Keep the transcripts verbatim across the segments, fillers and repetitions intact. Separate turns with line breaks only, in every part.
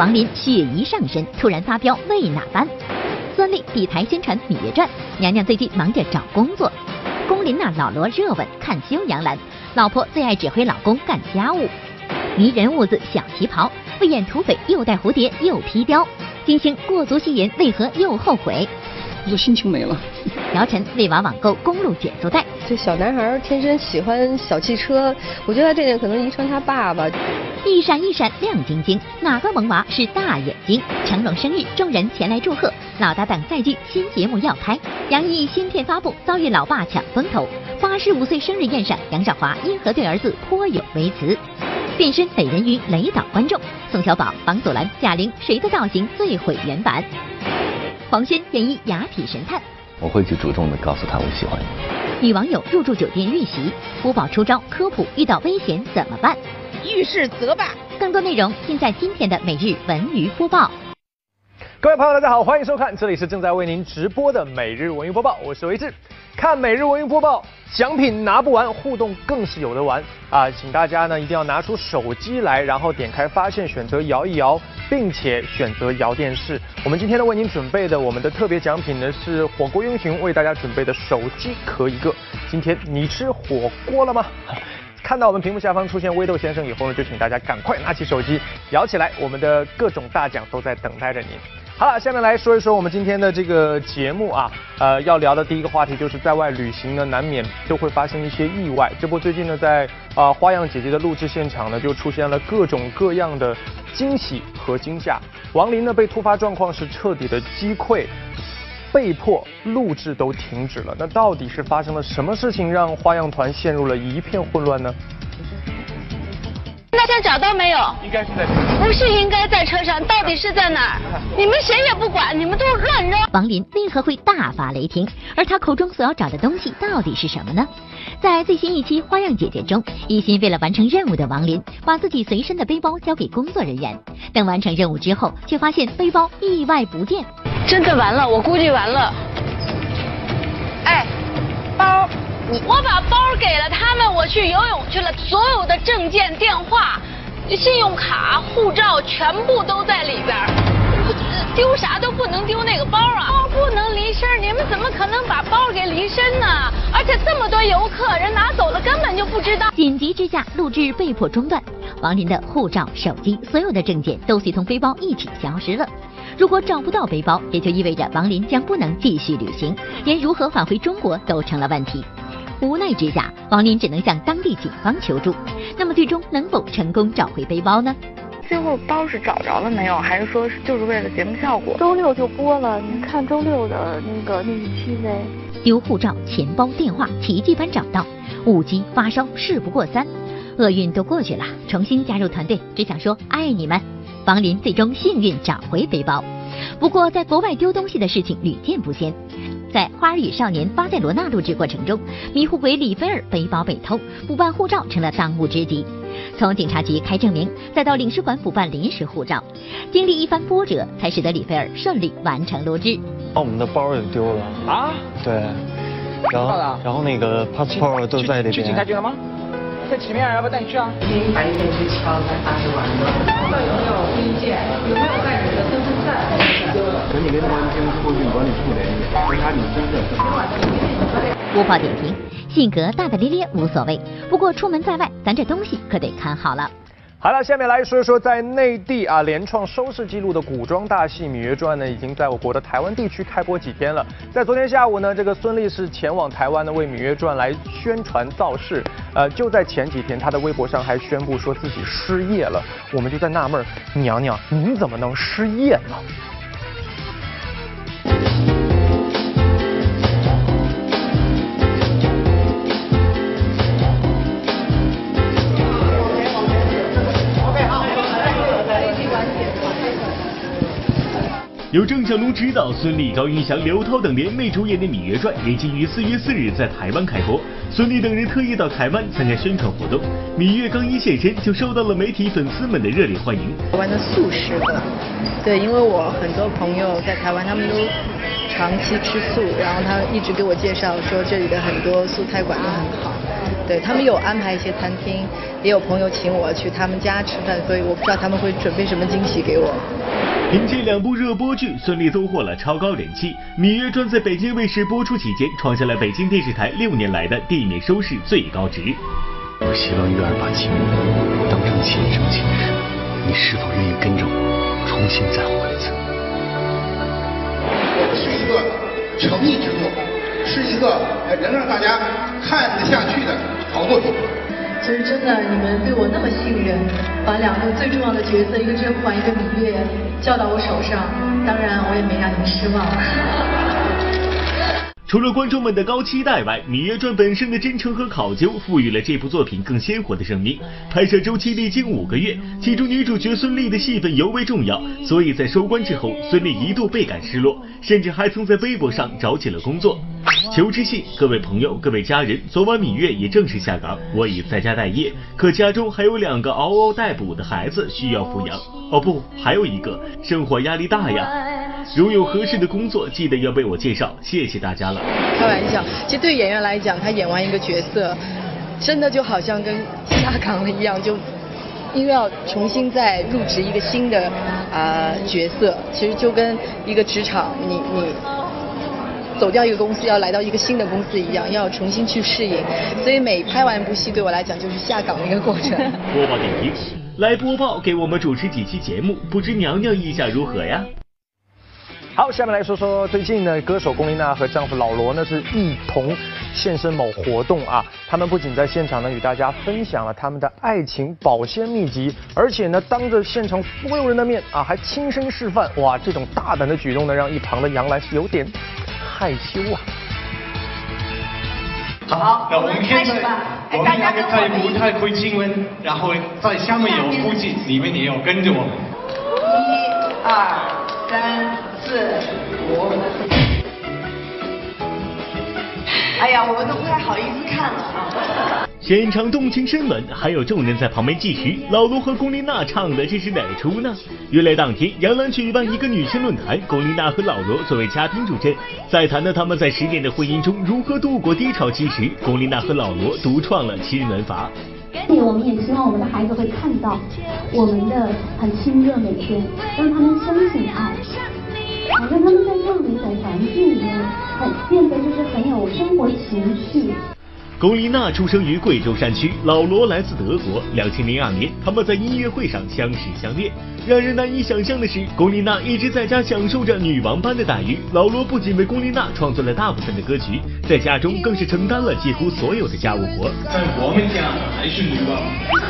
王林血疑上身，突然发飙为哪般？孙俪抵台宣传《芈月传》，娘娘最近忙着找工作。龚琳娜老罗热吻看休杨澜，老婆最爱指挥老公干家务。迷人兀子小旗袍，为演土匪又戴蝴蝶又披貂。金星过足戏言，为何又后悔？
我说心情没了。
姚晨为娃网购公路减速带。
这小男孩天生喜欢小汽车，我觉得他这点可能遗传他爸爸。
一闪一闪亮晶晶，哪个萌娃是大眼睛？成龙生日，众人前来祝贺。老搭档再聚，新节目要拍。杨毅新片发布，遭遇老爸抢风头。八十五岁生日宴上，杨少华因何对儿子颇有微词？变身美人鱼雷倒观众。宋小宝、王祖蓝、贾玲，谁的造型最毁原版？黄轩演绎雅痞神探。
我会去主动的告诉他我喜欢你。
女网友入住酒店遇袭，播报出招科普，遇到危险怎么办？
遇事则罢。
更多内容尽在今天的每日文娱播报。
各位朋友，大家好，欢迎收看，这里是正在为您直播的每日文娱播报，我是维志。看每日文娱播报，奖品拿不完，互动更是有得玩啊！请大家呢一定要拿出手机来，然后点开发现，选择摇一摇，并且选择摇电视。我们今天呢为您准备的我们的特别奖品呢是火锅英雄为大家准备的手机壳一个。今天你吃火锅了吗？看到我们屏幕下方出现微豆先生以后呢，就请大家赶快拿起手机摇起来，我们的各种大奖都在等待着您。好了，下面来说一说我们今天的这个节目啊，呃，要聊的第一个话题就是在外旅行呢，难免都会发生一些意外。这不，最近呢，在啊、呃、花样姐姐的录制现场呢，就出现了各种各样的惊喜和惊吓。王林呢被突发状况是彻底的击溃，被迫录制都停止了。那到底是发生了什么事情，让花样团陷入了一片混乱呢？
大家找到没有？
应该是在车
上。不是应该在车上，到底是在哪儿？你们谁也不管，你们都乱扔。
王林为何会大发雷霆？而他口中所要找的东西到底是什么呢？在最新一期《花样姐姐》中，一心为了完成任务的王林，把自己随身的背包交给工作人员。等完成任务之后，却发现背包意外不见。
真的完了，我估计完了。哎，包。我把包给了他们，我去游泳去了，所有的证件、电话、信用卡、护照全部都在里边，丢啥都不能丢那个包啊！包不能离身，你们怎么可能把包给离身呢？而且这么多游客，人拿走了根本就不知道。
紧急之下，录制被迫中断。王林的护照、手机，所有的证件都随同背包一起消失了。如果找不到背包，也就意味着王林将不能继续旅行，连如何返回中国都成了问题。无奈之下，王林只能向当地警方求助。那么最终能否成功找回背包呢？
最后包是找着了没有？还是说就是为了节目效果？
周六就播了，您看周六的那个那一期呗。
丢护照、钱包、电话，奇迹般找到。误机发烧，事不过三，厄运都过去了，重新加入团队，只想说爱你们。王林最终幸运找回背包。不过在国外丢东西的事情屡见不鲜。在《花儿与少年》巴塞罗那录制过程中，迷糊鬼李菲尔背包被偷，补办护照成了当务之急。从警察局开证明，再到领事馆补办临时护照，经历一番波折，才使得李菲尔顺利完成录制。
我们的包也丢了
啊？
对，然后然后那个 passport 都在那边。
去警察局了吗？在前面，要不要带你去啊？
白天去敲才发现完了。有没有推荐？有没有带你的身份证？
和你跟完全过去管理处联系，回查你身份。
播报点评：性格大大咧咧无所谓，不过出门在外，咱这东西可得看好了。
好了，下面来说一说在内地啊连创收视纪录的古装大戏《芈月传》呢，已经在我国的台湾地区开播几天了。在昨天下午呢，这个孙俪是前往台湾呢为《芈月传》来宣传造势。呃，就在前几天，她的微博上还宣布说自己失业了。我们就在纳闷，娘娘您怎么能失业呢？
由郑晓龙执导，孙俪、高云翔、刘涛等联袂主演的《芈月传》也将于四月四日在台湾开播。孙俪等人特意到台湾参加宣传活动，芈月刚一现身就受到了媒体粉丝们的热烈欢迎。
台湾的素食的，对，因为我很多朋友在台湾，他们都长期吃素，然后他一直给我介绍说这里的很多素菜馆都很好。对， 对他们有安排一些餐厅，也有朋友请我去他们家吃饭，所以我不知道他们会准备什么惊喜给我。
凭借两部热播剧，顺利收获了超高人气，《芈月传》在北京卫视播出期间，创下了北京电视台六年来的地面收视最高值。
我希望月儿把节目当成亲生亲事，你是否愿意跟着我重新再活一次？
我是一个诚意之作，是一个能让大家看得下去的好作品。
其实真的，你们对我那么信任，把两个最重要的角色，一个甄嬛，一个芈月，交到我手上，当然我也没让你们失望。
除了观众们的高期待外，《芈月传》本身的真诚和考究，赋予了这部作品更鲜活的生命。拍摄周期历经五个月，其中女主角孙俪的戏份尤为重要，所以在收官之后，孙俪一度倍感失落，甚至还曾在微博上找起了工作。求知信，各位朋友，各位家人，昨晚芈月也正式下岗，我已在家待业，可家中还有两个嗷嗷待哺的孩子需要抚养。哦不，还有一个，生活压力大呀。如有合适的工作，记得要为我介绍，谢谢大家了。
开玩笑，其实对演员来讲，他演完一个角色，真的就好像跟下岗了一样，就因为要重新再入职一个新的啊、呃、角色，其实就跟一个职场，你你走掉一个公司，要来到一个新的公司一样，要重新去适应。所以每拍完一部戏，对我来讲就是下岗的一个过程。
播报点评，来播报给我们主持几期节目，不知娘娘意下如何呀？
好，下面来说说最近呢，歌手龚琳娜和丈夫老罗呢是一同现身某活动啊。他们不仅在现场呢与大家分享了他们的爱情保鲜秘籍，而且呢当着现场所有人的面啊，还亲身示范。哇，这种大胆的举动呢，让一旁的杨澜是有点害羞啊。
好，那我们开始吧。我们两个在舞台会亲吻，然后在下面有呼吸，你们也要跟着我们。
一、二、三。四五，哎呀，我们都不太好意思看了啊！
现场动情深吻，还有众人在旁边继续。老罗和龚琳娜唱的这是哪出呢？原来当天杨澜举办一个女性论坛，龚琳娜和老罗作为嘉宾助阵，在谈的他们在十年的婚姻中如何度过低潮期时，龚琳娜和老罗独创了亲吻法。
我们也希望我们的孩子会看到我们的很亲热每天，让他们相信爱。好像他们在这样的一种环境里面，很变得就是很有生活情趣。
龚琳娜出生于贵州山区，老罗来自德国。两千零二年，他们在音乐会上相识相恋。让人难以想象的是，龚琳娜一直在家享受着女王般的待遇。老罗不仅为龚琳娜创作了大部分的歌曲，在家中更是承担了几乎所有的家务活。
在我们家还是女王。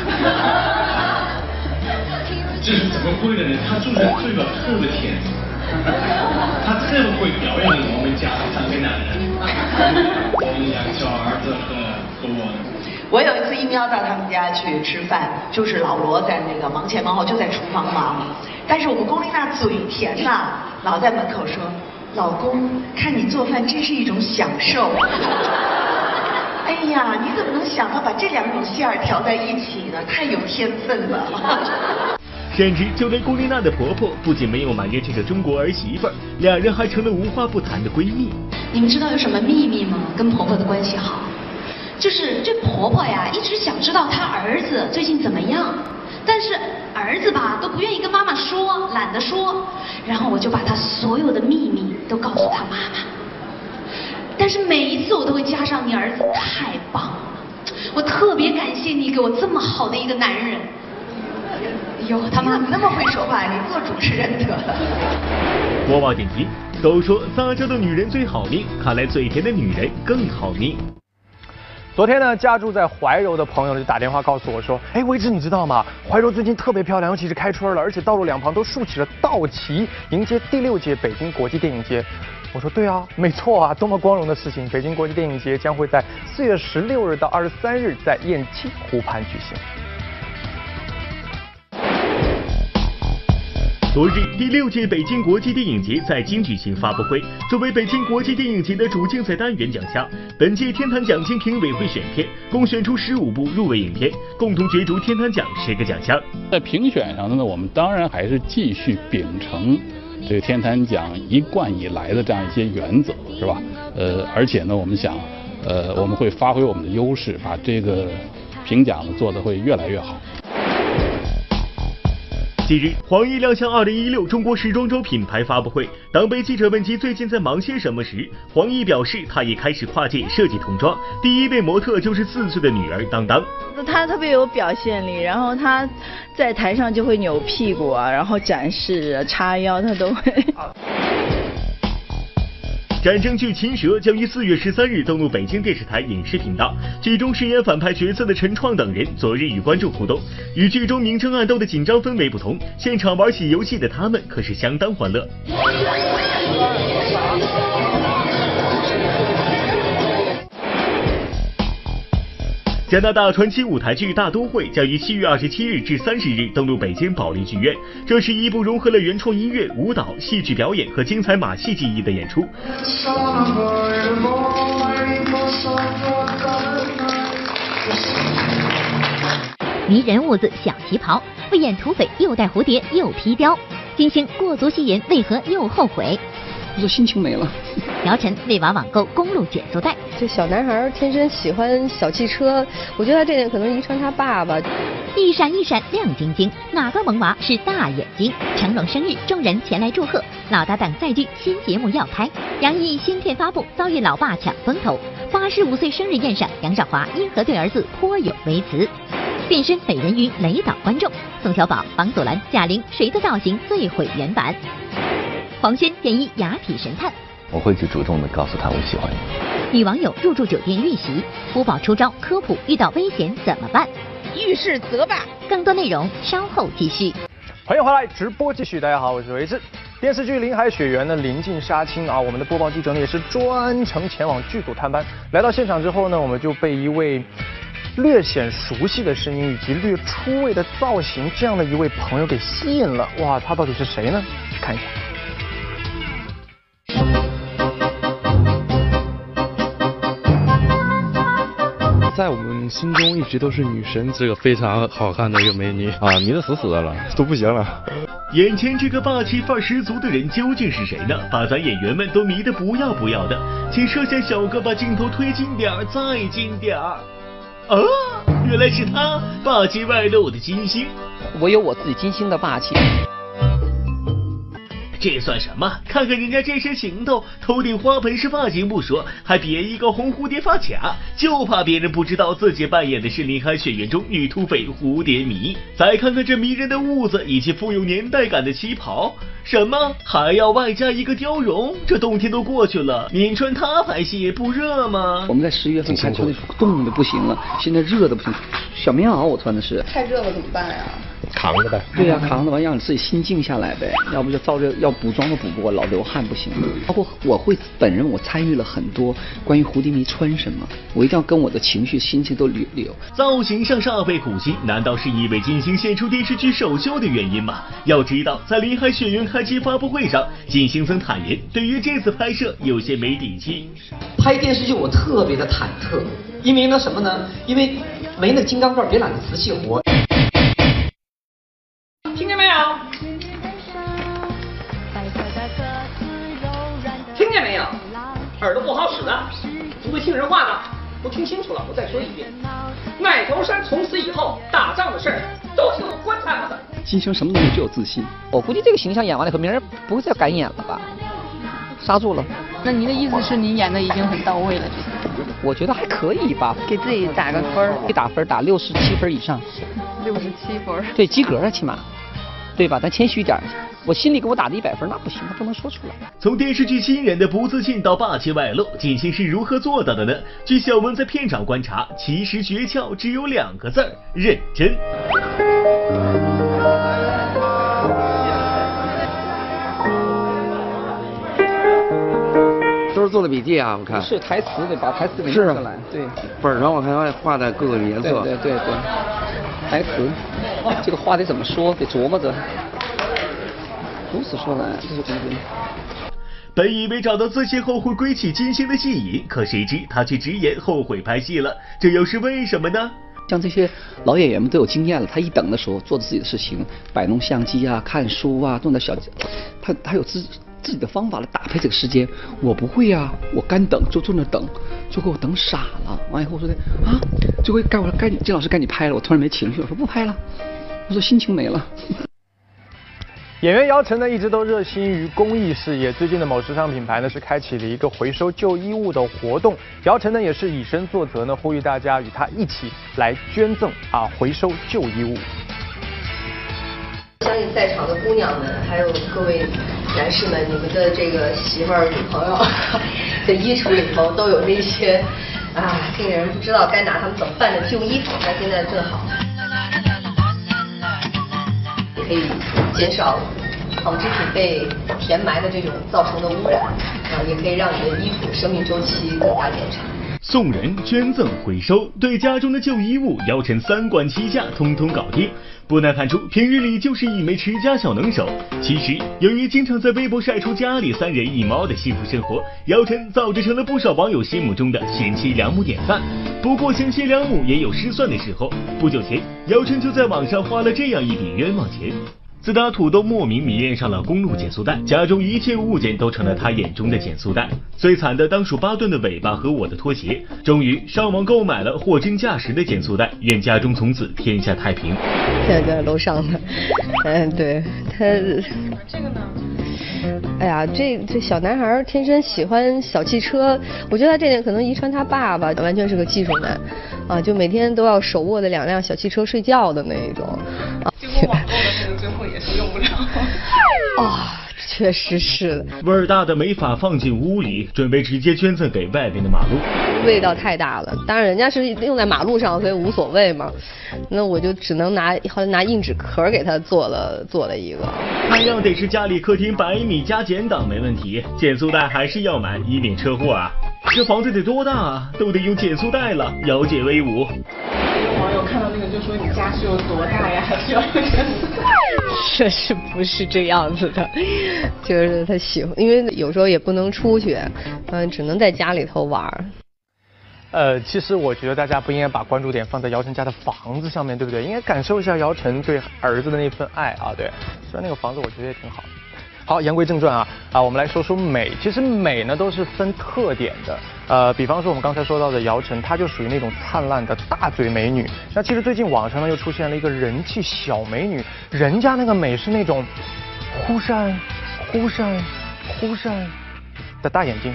这是怎么会的呢？她就是最了臭的天。他这么会表扬我们家三个男人，我们两个小儿子和和我呢。
我有一次应邀到他们家去吃饭，就是老罗在那个忙前忙后，就在厨房忙。但是我们龚琳娜嘴甜呐，老在门口说：“老公，看你做饭真是一种享受。”哎呀，你怎么能想到把这两种馅儿调在一起呢？太有天分了。
甚至就连龚琳娜的婆婆不仅没有埋怨这个中国儿媳妇儿，两人还成了无话不谈的闺蜜。
你们知道有什么秘密吗？跟婆婆的关系好，就是这婆婆呀，一直想知道她儿子最近怎么样，但是儿子吧都不愿意跟妈妈说，懒得说。然后我就把她所有的秘密都告诉她妈妈。但是每一次我都会加上你儿子太棒了，我特别感谢你给我这么好的一个男人。哟，他妈
怎么那么会说话？你做主持人得了。
播报点评，都说撒娇的女人最好命，看来嘴甜的女人更好命。
昨天呢，家住在怀柔的朋友就打电话告诉我说，哎，魏之你知道吗？怀柔最近特别漂亮，尤其是开春了，而且道路两旁都竖起了道旗，迎接第六届北京国际电影节。我说对啊，没错啊，多么光荣的事情！北京国际电影节将会在四月十六日到二十三日在雁栖湖畔举行。
昨日，第六届北京国际电影节在京举行发布会。作为北京国际电影节的主竞赛单元奖项，本届天坛奖金评委会选片，共选出十五部入围影片，共同角逐天坛奖十个奖项。
在评选上呢，我们当然还是继续秉承这个天坛奖一贯以来的这样一些原则，是吧？呃，而且呢，我们想， 呃，我们会发挥我们的优势，把这个评奖呢做得会越来越好。
近日，黄奕亮相二零一六中国时装周品牌发布会。当被记者问及最近在忙些什么时，黄奕表示，他也开始跨界设计童装，第一位模特就是四岁的女儿当当。
他特别有表现力，然后他在台上就会扭屁股啊，然后展示、啊、叉腰，他都会。
战争剧《秦蛇》将于四月十三日登陆北京电视台影视频道。剧中饰演反派角色的陈创等人昨日与观众互动，与剧中明争暗斗的紧张氛围不同，现场玩起游戏的他们可是相当欢乐。加拿大传奇舞台剧《大都会》将于七月二十七日至三十日登陆北京保利剧院。这是一部融合了原创音乐、舞蹈、戏剧表演和精彩马戏技艺的演出。
迷人屋子小旗袍，为演土匪又戴蝴蝶又披貂。金星过足戏言，为何又后悔？
我说心情没了。
姚晨为娃网购公路减速带。
这小男孩天生喜欢小汽车，我觉得他这点可能遗传他爸爸。
一闪一闪亮晶晶，哪个萌娃是大眼睛？成龙生日，众人前来祝贺。老搭档再聚，新节目要拍。杨毅新片发布，遭遇老爸抢风头。八十五岁生日宴上，杨少华因何对儿子颇有微词？变身美人鱼雷倒观众。宋小宝、王祖蓝、贾玲，谁的造型最毁原版？黄轩演绎雅痞神探。
我会去主动的告诉他我喜欢你。
女网友入住酒店遇袭，五宝出招科普，遇到危险怎么办？
遇事则罢。
更多内容稍后继续。
欢迎回来，直播继续。大家好，我是维志。电视剧《林海雪原》呢临近杀青啊，我们的播报记者呢也是专程前往剧组探班。来到现场之后呢，我们就被一位略显熟悉的声音以及略出位的造型这样的一位朋友给吸引了。哇，他到底是谁呢？看一下。
在我们心中一直都是女神，这个非常好看的一个美女啊，迷得死死的了，都不行了。
眼前这个霸气范儿十足的人究竟是谁呢？把咱演员们都迷得不要不要的。请摄像小哥把镜头推近点儿，再近点儿。啊，原来是他，霸气外露的金星。
我有我自己金星的霸气。
这算什么？看看人家这身行头，头顶花盆是发型不说，还别一个红蝴蝶发卡，就怕别人不知道自己扮演的是《林海雪原》中女土匪蝴蝶迷。再看看这迷人的屋子以及富有年代感的旗袍，什么还要外加一个貂绒？这冬天都过去了，您穿它拍戏不热吗？
我们在十一月份看穿的冻的不行了，现在热的不行，小棉袄我穿的是。
太热了怎么办呀？
扛着呗。对呀、啊，扛着完让你自己心静下来呗，要不就照着要补妆的补不过，老流汗不行。包括我会本人我参与了很多关于蝴蝶迷穿什么，我一定要跟我的情绪心情都流流。
造型上煞费苦心，难道是因为金星献出电视剧首秀的原因吗？要知道，在《林海雪原》开机发布会上，金星曾坦言，对于这次拍摄有些没底气。
拍电视剧我特别的忐忑，因为呢什么呢？因为没那金刚钻，别揽瓷器活。听见没有？听见没有？耳朵不好使的，不会听人话的，都听清楚了，我再说一遍。麦头山从此以后打仗的事儿都听我官才的。
金星什么东西就有自信，我估计这个形象演完了以后，明人不会再敢演了吧？刹住了。
那您的意思是您演的已经很到位了？
我觉得还可以吧，
给自己打个分儿，
给打分打六十七分以上。
六十七分，
对，及格啊，起码，对吧？咱谦虚一点，我心里给我打的一百分，那不行，那不能说出来。
从电视剧新人的不自信到霸气外露，金星是如何做到的呢？据小文在片场观察，其实诀窍只有两个字儿：认真。
都是做的笔记啊，我看
是台词得把台词给
弄
出来，对，
本上我看还画的各个颜色，
对对对对，台词，这个话得怎么说，得琢磨着。如此说来，这是真的。
本以为找到自信后会归起金星的戏瘾，可谁知他却直言后悔拍戏了，这又是为什么呢？
像这些老演员们都有经验了，他一等的时候做自己的事情，摆弄相机啊、看书啊，弄点小，他他有自自己的方法来打配这个时间。我不会啊，我干等就坐那等，就给我等傻了。完以后我说的啊，最后该我该金老师该你拍了，我突然没情绪，我说不拍了，我说心情没了。
演员姚晨呢，一直都热心于公益事业。最近的某时尚品牌呢，是开启了一个回收旧衣物的活动。姚晨呢，也是以身作则呢，呼吁大家与她一起来捐赠啊，回收旧衣物。
相信在场的姑娘们，还有各位男士们，你们的这个媳妇儿、女朋友的衣橱里头都有那些啊，令人不知道该拿他们怎么办的旧衣服。那现在正好。可以减少纺织品被填埋的这种造成的污染啊，也可以让你的衣服生命周期更加延长。
送人、捐赠、回收，对家中的旧衣物，姚晨三管齐下，通通搞定。不难看出，平日里就是一枚持家小能手。其实，由于经常在微博晒出家里三人一猫的幸福生活，姚晨早就成了不少网友心目中的贤妻良母典范。不过，贤妻良母也有失算的时候。不久前，姚晨就在网上花了这样一笔冤枉钱。自打土豆莫名迷恋上了公路减速带，家中一切物件都成了他眼中的减速带。最惨的当属八吨的尾巴和我的拖鞋。终于上网购买了货真价实的减速带，愿家中从此天下太平。
现在在楼上呢，嗯，对他这个呢。哎呀，这这小男孩天生喜欢小汽车，我觉得他这点可能遗传他爸爸，完全是个技术男，啊，就每天都要手握着两辆小汽车睡觉的那一种。啊，
结果网购的那个最后也是用不了。
啊，确实是的。
味儿大的没法放进屋里，准备直接捐赠给外边的马路。
味道太大了，当然人家是用在马路上，所以无所谓嘛。那我就只能拿好像拿硬纸壳给他做了做了一个。
看样得是家里客厅百米加减档没问题，减速带还是要买，以免车祸啊。这房子得多大啊，都得用减速带了，姚姐威武。
有网友看到那个就说你家是有多大呀，还需要减速带？
这是不是这样子的？就是他喜欢，因为有时候也不能出去，嗯，只能在家里头玩。
呃，其实我觉得大家不应该把关注点放在姚晨家的房子上面，对不对？应该感受一下姚晨对儿子的那份爱啊。对，虽然那个房子我觉得也挺好。好，言归正传啊啊，我们来说说美。其实美呢都是分特点的。呃，比方说我们刚才说到的姚晨，她就属于那种灿烂的大嘴美女。那其实最近网上呢又出现了一个人气小美女，人家那个美是那种忽闪忽闪忽闪的大眼睛。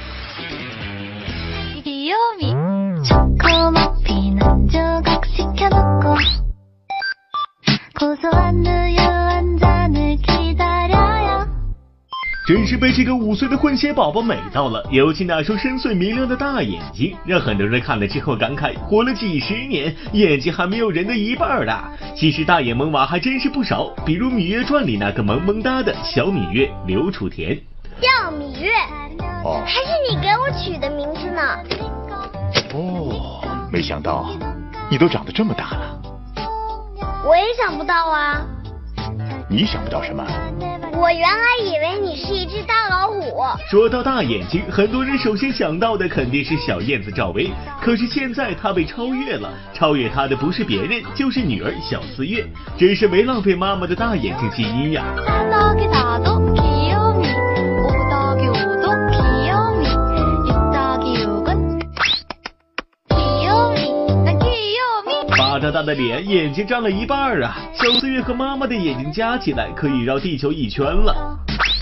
真是被这个五岁的混血宝宝美到了，尤其那双深邃明亮的大眼睛，让很多人看了之后感慨，活了几十年，眼睛还没有人的一半大。其实大眼萌娃还真是不少，比如《芈月传》里那个萌萌哒的小芈月刘楚田。
叫芈月，哦，还是你给我取的名字呢。
哦，没想到你都长得这么大了。
我也想不到啊。
你想不到什么？
我原来以为你是一只大老虎。
说到大眼睛，很多人首先想到的肯定是小燕子赵薇，可是现在她被超越了，超越她的不是别人，就是女儿小四月，真是没浪费妈妈的大眼睛基因呀。大大大的脸，眼睛占了一半啊！小四月和妈妈的眼睛加起来可以绕地球一圈了。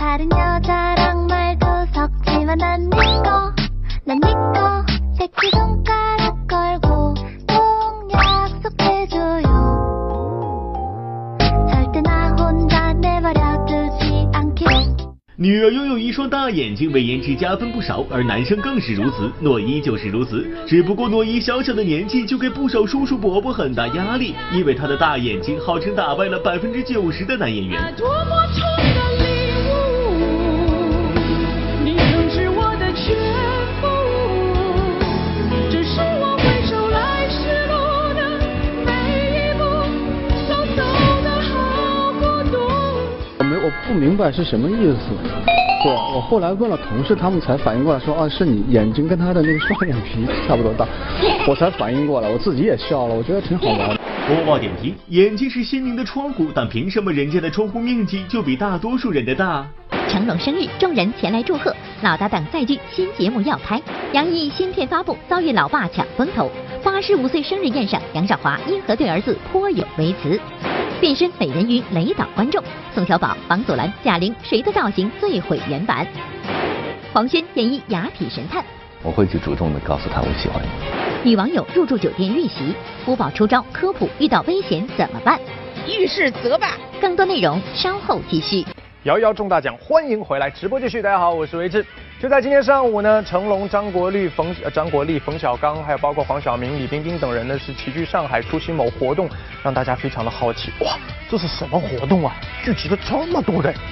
女儿拥有一双大眼睛，为颜值加分不少，而男生更是如此。诺一就是如此，只不过诺一小小的年纪就给不少叔叔伯伯很大压力，因为他的大眼睛号称打败了百分之九十的男演员。多么丑的礼物，你曾是我的全部，这是我回首来时路的每一步，所走的好孤独。
我没，我不明白是什么意思。对，我后来问了同事，他们才反应过来说，哦、啊，是你眼睛跟他的那个双眼皮差不多大，我才反应过来，我自己也笑了，我觉得挺好玩的。
播报点评：眼睛是心灵的窗户，但凭什么人家的窗户面积就比大多数人的大？
成龙生日，众人前来祝贺，老搭档再聚，新节目要拍。杨毅新片发布，遭遇老爸抢风头。八十五岁生日宴上，杨少华因何对儿子颇有微词？变身美人鱼雷倒观众，宋小宝、王祖蓝、贾玲谁的造型最毁原版？黄轩演绎雅痞神探，
我会去主动的告诉他我喜欢你。
女网友入住酒店遇袭，福宝出招科普，遇到危险怎么办？
遇事则罢。
更多内容稍后继续。
摇一摇中大奖，欢迎回来，直播继续。大家好，我是维志。就在今天上午呢，成龙、张国立、冯呃张国立、冯小刚，还有包括黄晓明、李冰冰等人呢，是齐聚上海出席某活动，让大家非常的好奇。哇，这是什么活动啊？聚集了这么多人。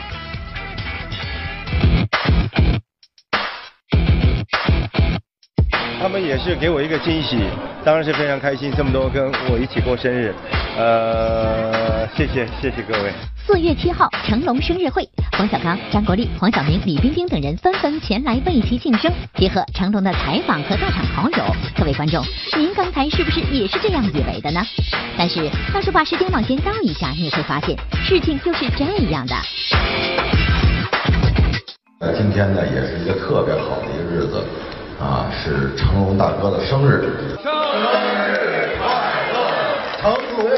他们也是给我一个惊喜，当然是非常开心，这么多跟我一起过生日，呃，谢谢谢谢各位。
四月七号，成龙生日会，冯小刚、张国立、黄晓明、李冰冰等人纷纷前来为其庆生。结合成龙的采访和到场好友，各位观众，您刚才是不是也是这样以为的呢？但是，要是把时间往前倒一下，你会发现事情就是这样的。
呃，今天呢，也是一个特别好的一个日子。啊，是成龙大哥的生日，
生日快乐，成龙！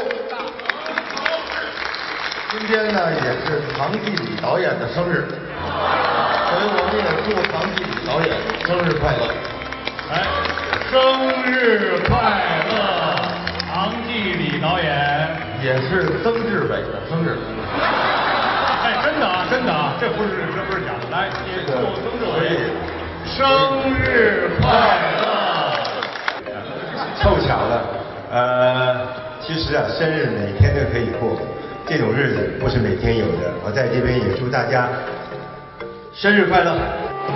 今天呢也是唐季礼导演的生日，所以我们也祝唐季礼导演生日快乐。
哎，生日快乐，唐季礼导演！
也是曾志伟的生日。
哎，真的啊，真的啊，这不是这不是假的，来，也祝曾志伟。生日快乐！
凑巧了，呃，其实啊，生日每天都可以过，这种日子不是每天有的。我在这边也祝大家生日快乐。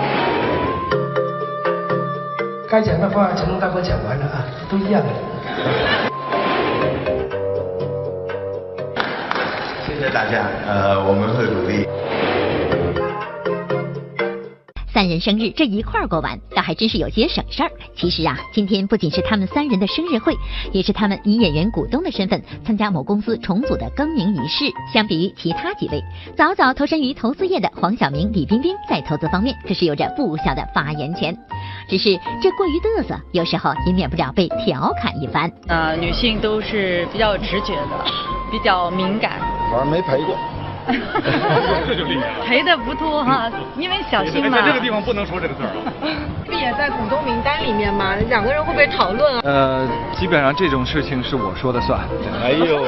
该讲的话，成龙大哥讲完了啊，都一样的。
谢谢大家，呃，我们会努力。
三人生日这一块儿过完，倒还真是有些省事儿。其实啊，今天不仅是他们三人的生日会，也是他们以演员股东的身份参加某公司重组的更名仪式。相比于其他几位早早投身于投资业的黄晓明、李冰冰，在投资方面可是有着不小的发言权。只是这过于嘚瑟，有时候也免不了被调侃一番。
呃，女性都是比较直觉的，比较敏感。
反正没赔过。
这就厉害了，赔的不多哈，因为小心嘛。
在这个地方不能说这个字儿啊。
不也在股东名单里面吗？两个人会不会讨论啊？
呃，基本上这种事情是我说的算。
哎呦，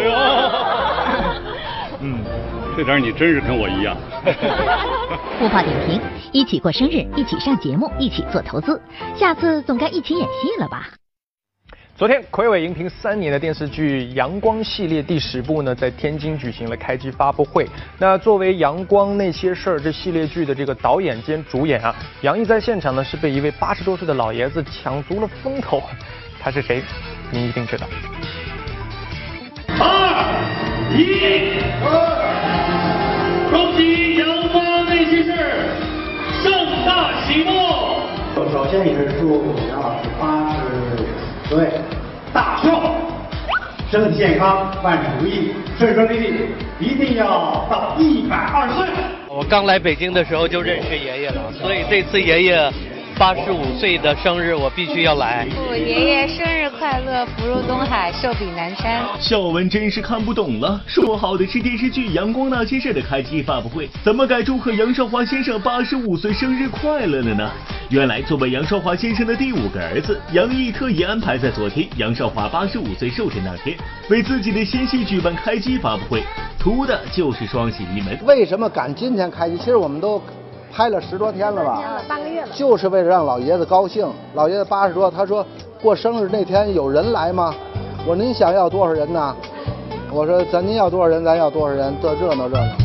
嗯，这点你真是跟我一样。
播报点评：一起过生日，一起上节目，一起做投资，下次总该一起演戏了吧？
昨天，睽违荧屏三年的电视剧《阳光》系列第十部呢，在天津举行了开机发布会。那作为《阳光那些事儿》这系列剧的这个导演兼主演啊，杨毅在现场呢是被一位八十多岁的老爷子抢足了风头。他是谁？您一定知道。
二一，恭喜《阳光那些事儿》盛大启幕。
首先也是祝杨老师八十。各位，大寿，身体健康，万事如意，顺顺利利，一定要到一百二十岁。
我刚来北京的时候就认识爷爷了，所以这次爷爷八十五岁的生日我必须要来。
祝爷爷生日快乐，福如东海，寿比南山。
笑文真是看不懂了，说好的是电视剧《阳光那些事》的开机发布会，怎么改祝贺杨少华先生八十五岁生日快乐了呢？原来作为杨少华先生的第五个儿子，杨毅特意安排在昨天杨少华八十五岁寿辰那天，为自己的新戏举办开机发布会，图的就是双喜临门。
为什么赶今天开机？其实我们都拍了十多天了吧，
半个月了，
就是为了让老爷子高兴。老爷子八十多，他说过生日那天有人来吗？我说您想要多少人呢？我说咱您要多少人，咱要多少人，这热闹热闹。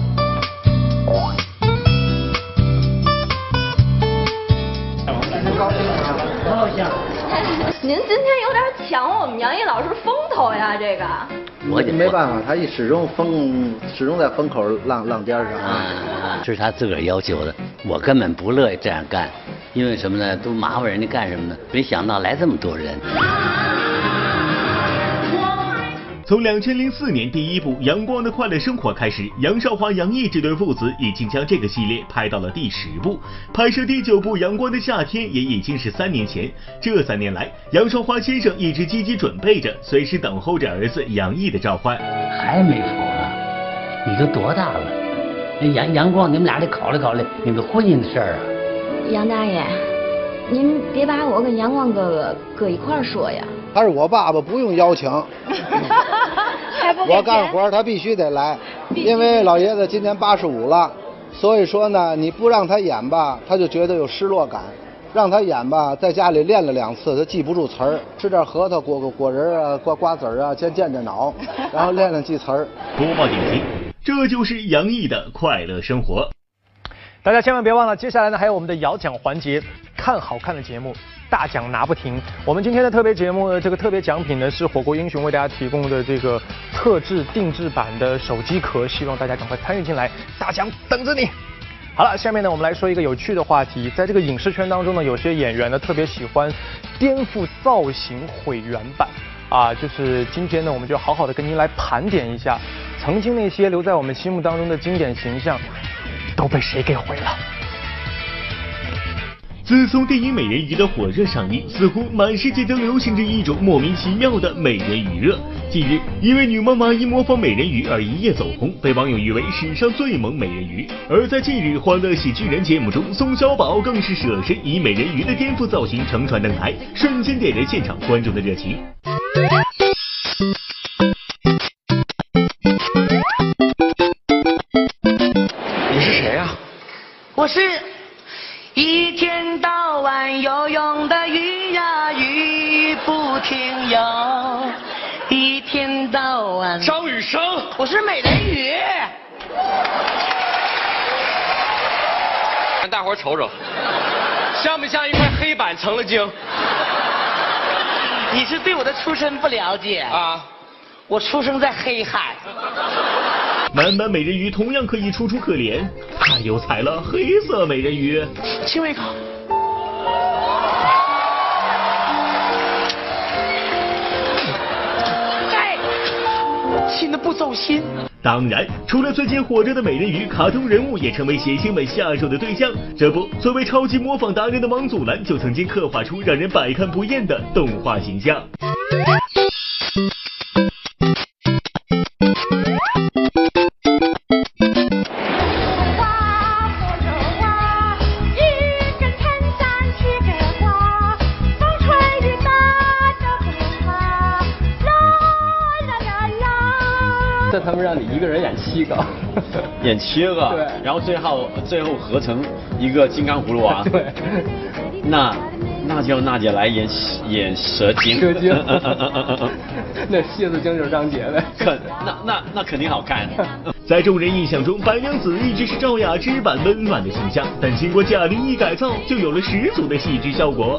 高兴高兴。您今天有点抢我们杨毅老师风头呀，这个。
我没办法，他一始终风始终在风口浪浪尖上啊。
这是他自个儿要求的，我根本不乐意这样干，因为什么呢？都麻烦人家干什么呢？没想到来这么多人。
从两千零四年第一部《阳光的快乐生活》开始，杨少华、杨毅这对父子已经将这个系列拍到了第十部，拍摄第九部《阳光的夏天》也已经是三年前。这三年来，杨少华先生一直积极准备着，随时等候着儿子杨毅的召唤。
还没否啊？你都多大了？杨阳光，你们俩得考虑考虑你们婚姻的事儿啊。
杨大爷，您别把我跟阳光哥哥搁一块儿说呀。
他是我爸爸，不用邀请。我干活他必须得来，因为老爷子今年八十五了，所以说呢，你不让他演吧，他就觉得有失落感；让他演吧，在家里练了两次，他记不住词儿，吃点核桃、果果仁啊、瓜瓜子啊，先健健脑，然后练练记词儿。
播报点评，这就是杨毅的快乐生活。
大家千万别忘了，接下来呢还有我们的摇奖环节，看好看的节目，大奖拿不停。我们今天的特别节目呢，这个特别奖品呢是火锅英雄为大家提供的这个特制定制版的手机壳，希望大家赶快参与进来，大奖等着你。好了，下面呢我们来说一个有趣的话题，在这个影视圈当中呢，有些演员呢特别喜欢颠覆造型毁原版啊，就是今天呢我们就好好的跟您来盘点一下，曾经那些留在我们心目当中的经典形象都被谁给毁了。
自从电影《美人鱼》的火热上映，似乎满世界都流行着一种莫名其妙的美人鱼热。近日，一位女妈妈因模仿美人鱼而一夜走红，被网友誉为史上最萌美人鱼。而在近日《欢乐喜剧人》节目中，宋小宝更是舍身以美人鱼的颠覆造型乘船登台，瞬间点燃现场观众的热情。
你是谁呀？
我是一天到晚游泳的鱼呀，鱼不停游，一天到晚。
张雨生，
我是美人鱼。
让大伙儿瞅瞅，像不像一块黑板成了精？
你是对我的出身不了解
啊？
我出生在黑海。
男版美人鱼同样可以楚楚可怜，太有才了，黑色美人鱼。
亲我一口。哎，亲的不走心。
当然，除了最近火热的美人鱼，卡通人物也成为谐星们下手的对象。这不，作为超级模仿达人的王祖蓝就曾经刻画出让人百看不厌的动画形象。
他们让你一个人演七个，
演七个，
对，
然后最后最后合成一个金刚葫芦娃，
对，
那那叫娜姐来演演蛇精，
蛇精，那蝎子精就是张杰呗，
可那那那肯定好看。
在众人印象中，白娘子一直是赵雅芝版温婉的形象，但经过贾玲一改造，就有了十足的戏剧效果。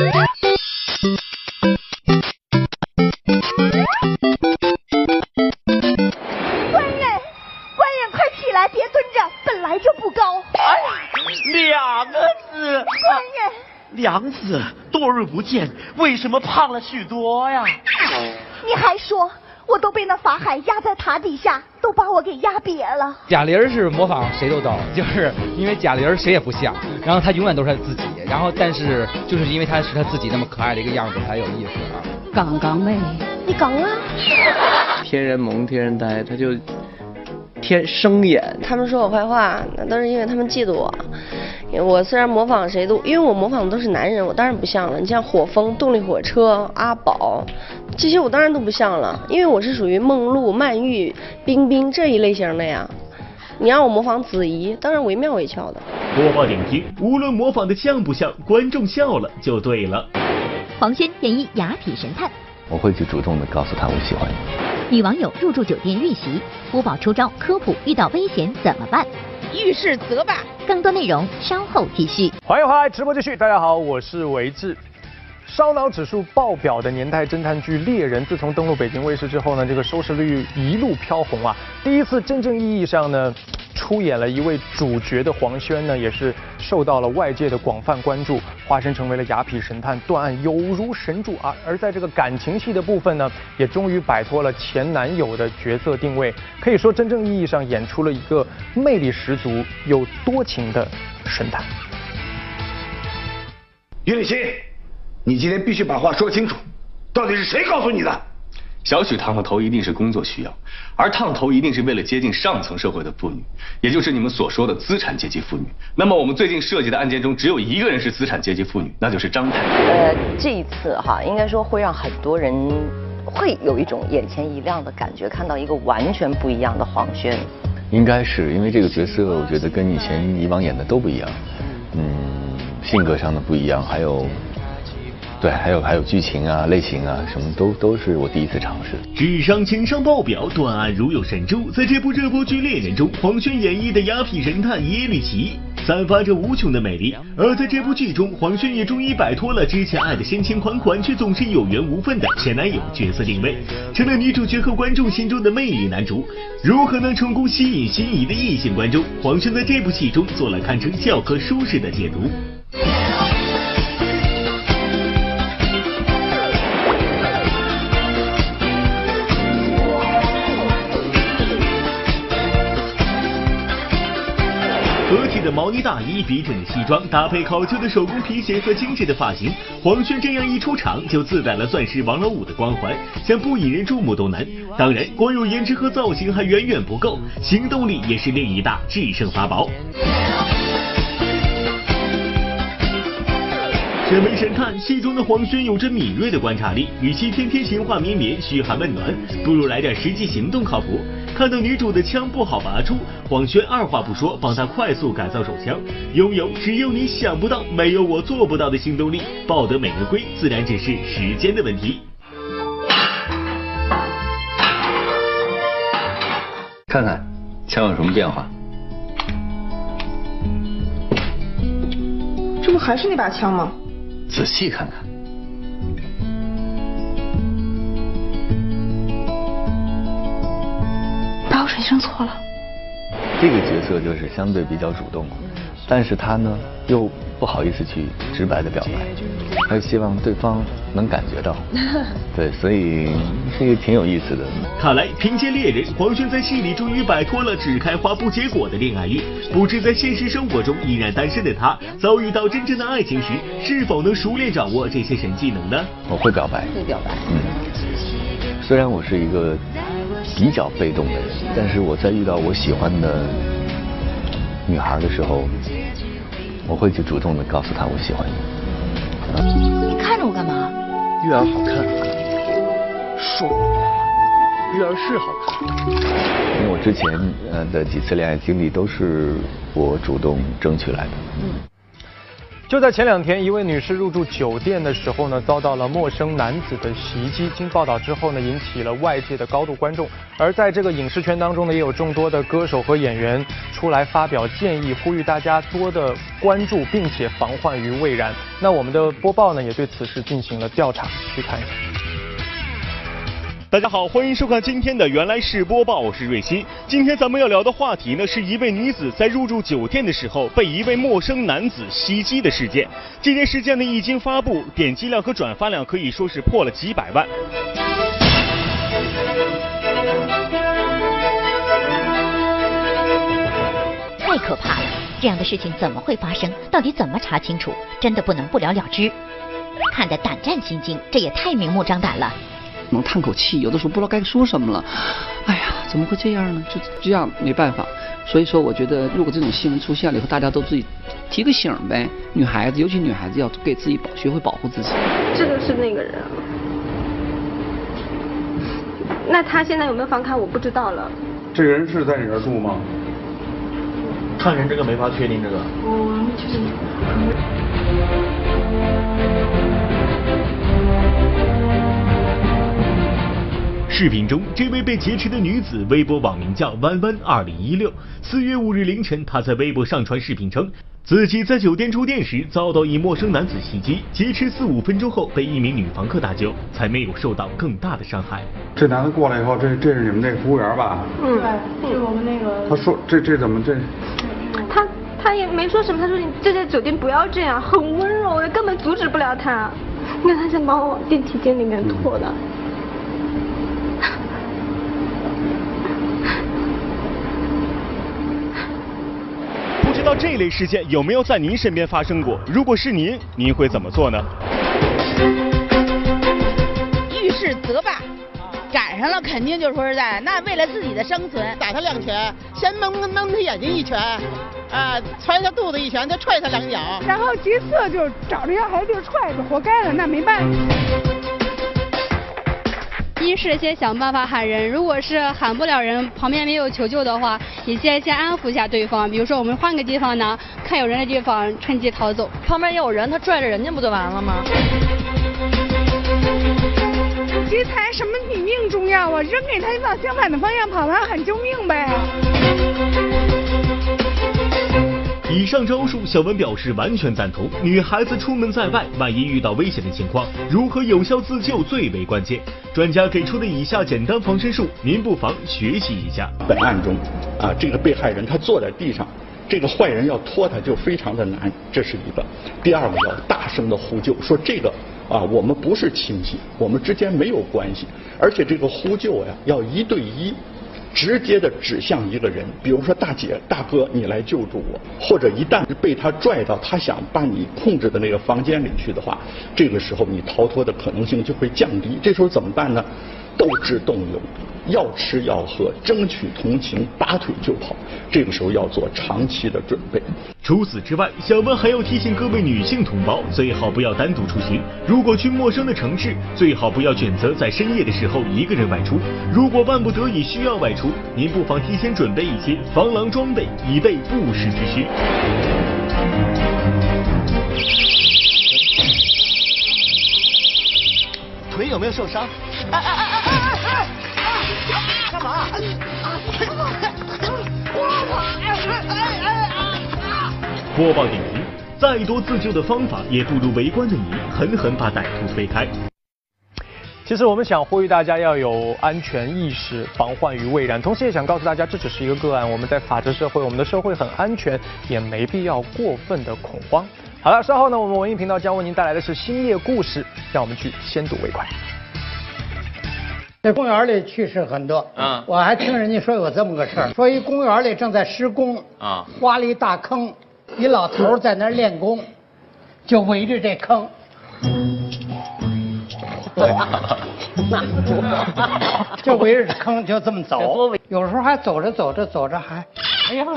娘子，多日不见，为什么胖了许多呀？
你还说，我都被那法海压在塔底下，都把我给压瘪了。
贾玲是模仿谁都逗，就是因为贾玲谁也不像，然后她永远都是她自己，然后但是就是因为她是她自己那么可爱的一个样子才有意思啊。
刚刚妹，你刚啊？
天人萌，天人呆，她就天生眼。
他们说我坏话，那都是因为他们嫉妒我。我虽然模仿谁都，因为我模仿的都是男人，我当然不像了。你像火风、动力火车、阿宝，这些我当然都不像了，因为我是属于梦露、曼玉、冰冰这一类型的呀。你让我模仿子怡，当然惟妙惟肖的。
播报点评，无论模仿的像不像，观众笑了就对了。
黄轩演绎雅痞神探，
我会去主动的告诉他我喜欢你。
女网友入住酒店遇袭，吴宝出招科普遇到危险怎么办？
遇事则罢。
更多内容稍后继续。
欢迎回来，直播继续。大家好，我是维志。烧脑指数爆表的年代侦探剧《猎人》，自从登陆北京卫视之后呢，这个收视率一路飘红啊。第一次真正意义上呢， 出演了一位主角的黄轩呢，也是受到了外界的广泛关注，化身成为了雅痞神探，断案有如神助啊。而在这个感情戏的部分呢，也终于摆脱了前男友的角色定位，可以说真正意义上演出了一个魅力十足又多情的神探。
于立新，你今天必须把话说清楚，到底是谁告诉你的？
小许烫了头一定是工作需要，而烫头一定是为了接近上层社会的妇女，也就是你们所说的资产阶级妇女。那么我们最近涉及的案件中，只有一个人是资产阶级妇女，那就是张太。
呃，这一次哈，应该说会让很多人会有一种眼前一亮的感觉，看到一个完全不一样的黄轩。
应该是因为这个角色，我觉得跟以前以往演的都不一样，嗯，性格上的不一样，还有。对，还有还有剧情啊、类型啊，什么都都是我第一次尝试。
智商情商爆表，断案如有神助。在这部热播剧《恋人》中，黄轩演绎的雅痞神探耶律齐散发着无穷的魅力。而在这部剧中，黄轩也终于摆脱了之前爱的深情款款却总是有缘无分的前男友角色定位，成了女主角和观众心中的魅力男主。如何能成功吸引心仪的异性观众？黄轩在这部戏中做了堪称教科书式的解读。合体的毛呢大衣、逼真的西装，搭配考究的手工皮鞋和精致的发型，黄轩这样一出场就自带了钻石王老五的光环，想不引人注目都难。当然，光有颜值和造型还远远不够，行动力也是另一大制胜法宝。身为神探，戏中的黄轩有着敏锐的观察力，与其天天情话绵绵、嘘寒问暖，不如来点实际行动靠谱。看到女主的枪不好拔出，黄轩二话不说帮她快速改造手枪，拥有只有你想不到、没有我做不到的行动力，抱得美人归自然只是时间的问题。
看看枪有什么变化？
这不还是那把枪吗？
仔细看看。
把我水生错了。
这个角色就是相对比较主动，但是他呢又不好意思去直白的表白，他希望对方能感觉到。对，所以是一个挺有意思的。
看来凭借猎人，黄轩在戏里终于摆脱了只开花不结果的恋爱运。不知在现实生活中依然单身的他，遭遇到真正的爱情时，是否能熟练掌握这些神技能呢？
我会表白。
会表白。
嗯。虽然我是一个比较被动的人，但是我在遇到我喜欢的女孩的时候，我会去主动的告诉她我喜欢你。
你看着我干嘛？
玉儿好看，说玉儿是好看。因为我之前呃的几次恋爱经历都是我主动争取来的。
嗯。
就在前两天，一位女士入住酒店的时候呢，遭到了陌生男子的袭击。经报道之后呢，引起了外界的高度关注。而在这个影视圈当中呢，也有众多的歌手和演员出来发表建议，呼吁大家多的关注，并且防患于未然。那我们的播报呢，也对此事进行了调查，去看一下。
大家好，欢迎收看今天的原来是播报，我是瑞鑫。今天咱们要聊的话题呢，是一位女子在入住酒店的时候被一位陌生男子袭击的事件。这件事件呢一经发布，点击量和转发量可以说是破了几百万。
太可怕了！这样的事情怎么会发生？到底怎么查清楚？真的不能不了了之。看得胆战心惊，这也太明目张胆了。
能叹口气，有的时候不知道该说什么了。哎呀，怎么会这样呢？就这样没办法。所以说，我觉得如果这种新闻出现了以后，大家都自己提个醒呗。女孩子，尤其女孩子要给自己保，学会保护自己。
这就是那个人。那他现在有没有放开，我不知道了。
这个人是在你这儿住吗？
看人这个没法确定这个。
哦，就是。
视频中，这位被劫持的女子微博网名叫弯弯二零一六。四月五日凌晨，她在微博上传视频称， 自己在酒店住店时遭到一陌生男子袭击，劫持四五分钟后被一名女房客搭救，才没有受到更大的伤害。
这男的过来以后，这这是你们那个服务员吧？
嗯，对，是我们那个。
他说这这怎么这？
他他也没说什么，他说你这家酒店不要这样，很温柔，我根本阻止不了他。你看他想把我往电梯间里面拖的。嗯
不知道这类事件有没有在您身边发生过？如果是您，您会怎么做呢？
遇事则罢，赶上了肯定就是说实在，那为了自己的生存，
打他两拳，先蒙蒙他眼睛一拳，啊，踹他肚子一拳，再踹他两脚，
然后其次就找着要孩子就踹着，活该了，那没办法。
一是先想办法喊人，如果是喊不了人，旁边没有求救的话，也先先安抚一下对方。比如说我们换个地方呢，看有人的地方趁机逃走。
旁边也有人，他拽着人家不就完了吗？
劫财什么比命重要啊？扔给他往相反的方向跑，他喊救命呗。
以上招数，小文表示完全赞同。女孩子出门在外，万一遇到危险的情况，如何有效自救最为关键。专家给出的以下简单防身术，您不妨学习一下。
本案中，啊，这个被害人他坐在地上，这个坏人要拖他就非常的难，这是一个。第二个要大声的呼救，说这个啊，我们不是亲戚，我们之间没有关系，而且这个呼救呀要一对一。直接的指向一个人，比如说大姐、大哥，你来救助我，或者一旦被他拽到他想把你控制的那个房间里去的话，这个时候你逃脱的可能性就会降低。这时候怎么办呢？斗智斗勇，要吃要喝，争取同情，拔腿就跑。这个时候要做长期的准备。
除此之外，小文还要提醒各位女性同胞，最好不要单独出行。如果去陌生的城市，最好不要选择在深夜的时候一个人外出。如果万不得已需要外出，您不妨提前准备一些防狼装备，以备不时之需。
腿有没有受伤？哎哎哎哎哎哎！干嘛？
播报点评：再多自救的方法，也不如围观的你狠狠把歹徒推开。
其实我们想呼吁大家要有安全意识，防患于未然。同时也想告诉大家，这只是一个个案，我们在法治社会，我们的社会很安全，也没必要过分的恐慌。好了，稍后呢，我们文艺频道将为您带来的是星夜故事，让我们去先睹为快。
这公园里趣事很多，嗯，我还听人家说有这么个事儿，说一公园里正在施工，啊，挖了一大坑，一老头在那儿练功，就围着这坑。就围着坑就这么走，有时候还走着走着走着还，哎呀，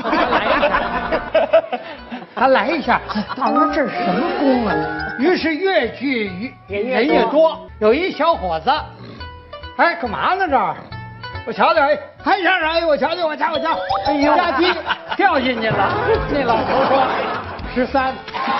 还来一下，他说这是什么功啊？于是越聚越人越多，有一小伙子，哎，干嘛呢这儿？我瞧瞧，哎，还让人，哎，我瞧瞧，我瞧我瞧，哎呀，压梯掉进去了。那老头说十三。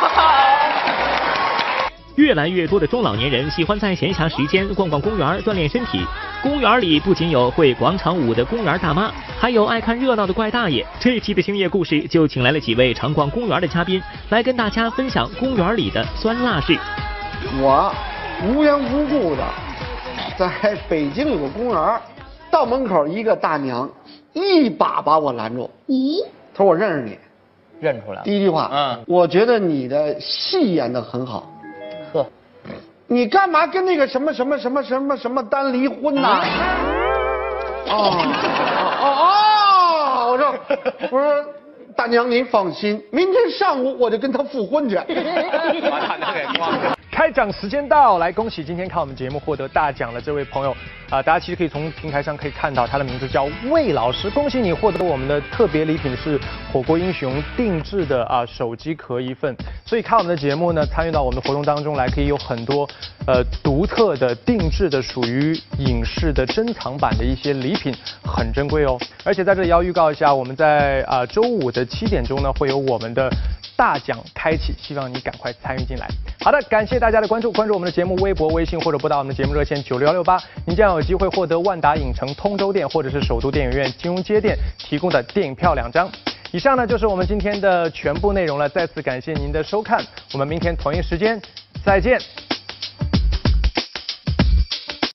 越来越多的中老年人喜欢在闲暇时间逛逛公园锻炼身体。公园里不仅有会广场舞的公园大妈，还有爱看热闹的怪大爷。这期的星夜故事就请来了几位常逛公园的嘉宾，来跟大家分享公园里的酸辣事。
我无缘无故的在北京有个公园，到门口一个大娘一把把我拦住。咦？她说我认识你。
认出来了。
第一句话，嗯，我觉得你的戏演得很好。呵，你干嘛跟那个什么什么什么什么什么丹离婚呢？哦哦哦！我说我说大娘您放心，明天上午我就跟他复婚去。
把他那给忘了。开奖时间到，来恭喜今天看我们节目获得大奖的这位朋友啊、呃！大家其实可以从平台上可以看到他的名字叫魏老师，恭喜你获得我们的特别礼品是火锅英雄定制的啊、呃、手机壳一份。所以看我们的节目呢，参与到我们的活动当中来，可以有很多呃独特的定制的属于影视的珍藏版的一些礼品，很珍贵哦。而且在这里要预告一下，我们在啊、呃、周五的七点钟呢会有我们的大奖开启，希望你赶快参与进来。好的，感谢大家的关注，关注我们的节目微博、微信或者拨打我们的节目热线九六幺六八，您将有机会获得万达影城通州店或者是首都电影院金融街店提供的电影票两张。 以上呢就是我们今天的全部内容了，再次感谢您的收看，我们明天同一时间再见。